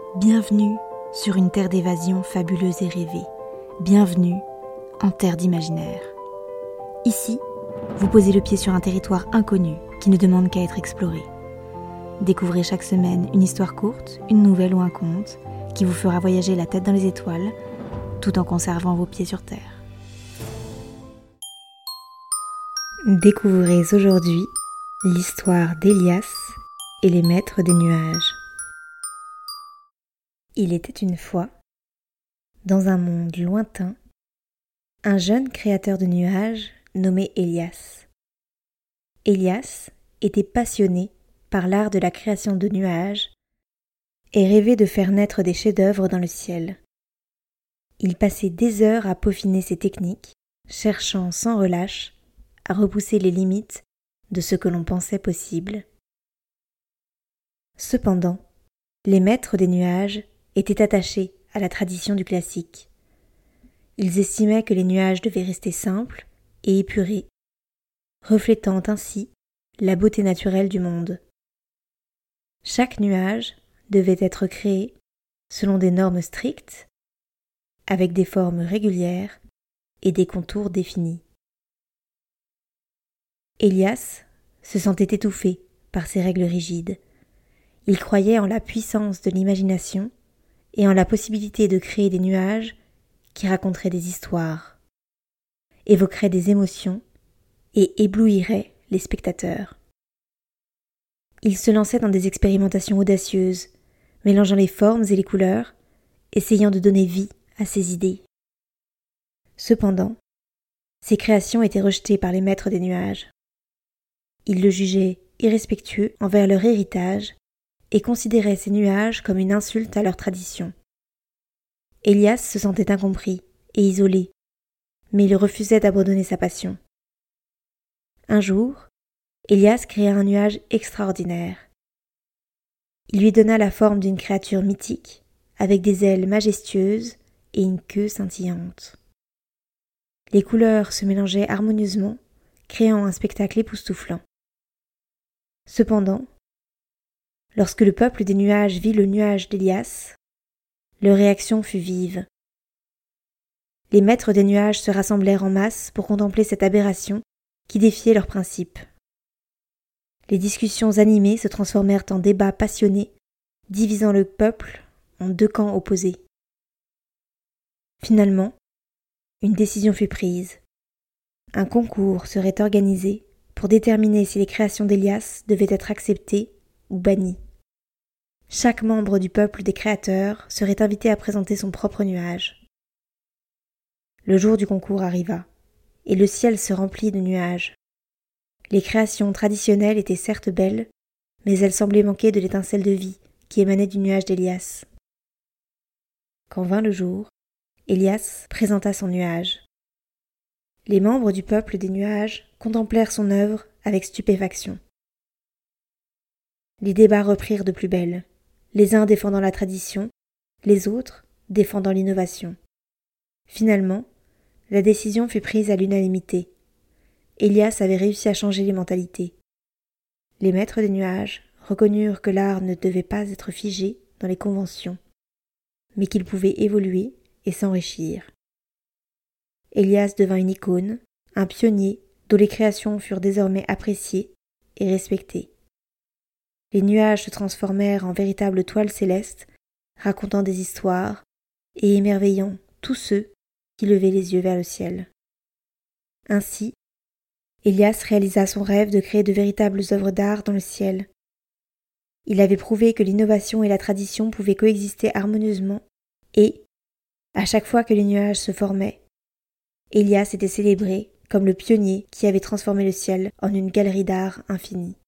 Bienvenue sur une terre d'évasion fabuleuse et rêvée. Bienvenue en terre d'imaginaire. Ici, vous posez le pied sur un territoire inconnu qui ne demande qu'à être exploré. Découvrez chaque semaine une histoire courte, une nouvelle ou un conte qui vous fera voyager la tête dans les étoiles tout en conservant vos pieds sur terre. Découvrez aujourd'hui l'histoire d'Élias et les maîtres des nuages. Il était une fois, dans un monde lointain, un jeune créateur de nuages nommé Élias. Élias était passionné par l'art de la création de nuages et rêvait de faire naître des chefs-d'œuvre dans le ciel. Il passait des heures à peaufiner ses techniques, cherchant sans relâche à repousser les limites de ce que l'on pensait possible. Cependant, les maîtres des nuages étaient attachés à la tradition du classique. Ils estimaient que les nuages devaient rester simples et épurés, reflétant ainsi la beauté naturelle du monde. Chaque nuage devait être créé selon des normes strictes, avec des formes régulières et des contours définis. Élias se sentait étouffé par ces règles rigides. Il croyait en la puissance de l'imagination et en la possibilité de créer des nuages qui raconteraient des histoires, évoqueraient des émotions et éblouiraient les spectateurs. Il se lançait dans des expérimentations audacieuses, mélangeant les formes et les couleurs, essayant de donner vie à ses idées. Cependant, ses créations étaient rejetées par les maîtres des nuages. Ils le jugeaient irrespectueux envers leur héritage et considéraient ces nuages comme une insulte à leur tradition. Élias se sentait incompris et isolé, mais il refusait d'abandonner sa passion. Un jour, Élias créa un nuage extraordinaire. Il lui donna la forme d'une créature mythique, avec des ailes majestueuses et une queue scintillante. Les couleurs se mélangeaient harmonieusement, créant un spectacle époustouflant. Cependant, lorsque le peuple des nuages vit le nuage d'Élias, leur réaction fut vive. Les maîtres des nuages se rassemblèrent en masse pour contempler cette aberration qui défiait leurs principes. Les discussions animées se transformèrent en débats passionnés, divisant le peuple en deux camps opposés. Finalement, une décision fut prise. Un concours serait organisé pour déterminer si les créations d'Élias devaient être acceptées ou bannies. Chaque membre du peuple des créateurs serait invité à présenter son propre nuage. Le jour du concours arriva, et le ciel se remplit de nuages. Les créations traditionnelles étaient certes belles, mais elles semblaient manquer de l'étincelle de vie qui émanait du nuage d'Élias. Quand vint le jour, Élias présenta son nuage. Les membres du peuple des nuages contemplèrent son œuvre avec stupéfaction. Les débats reprirent de plus belle, les uns défendant la tradition, les autres défendant l'innovation. Finalement, la décision fut prise à l'unanimité. Élias avait réussi à changer les mentalités. Les maîtres des nuages reconnurent que l'art ne devait pas être figé dans les conventions, mais qu'il pouvait évoluer et s'enrichir. Élias devint une icône, un pionnier dont les créations furent désormais appréciées et respectées. Les nuages se transformèrent en véritables toiles célestes, racontant des histoires et émerveillant tous ceux qui levaient les yeux vers le ciel. Ainsi, Élias réalisa son rêve de créer de véritables œuvres d'art dans le ciel. Il avait prouvé que l'innovation et la tradition pouvaient coexister harmonieusement et, à chaque fois que les nuages se formaient, Élias était célébré comme le pionnier qui avait transformé le ciel en une galerie d'art infinie.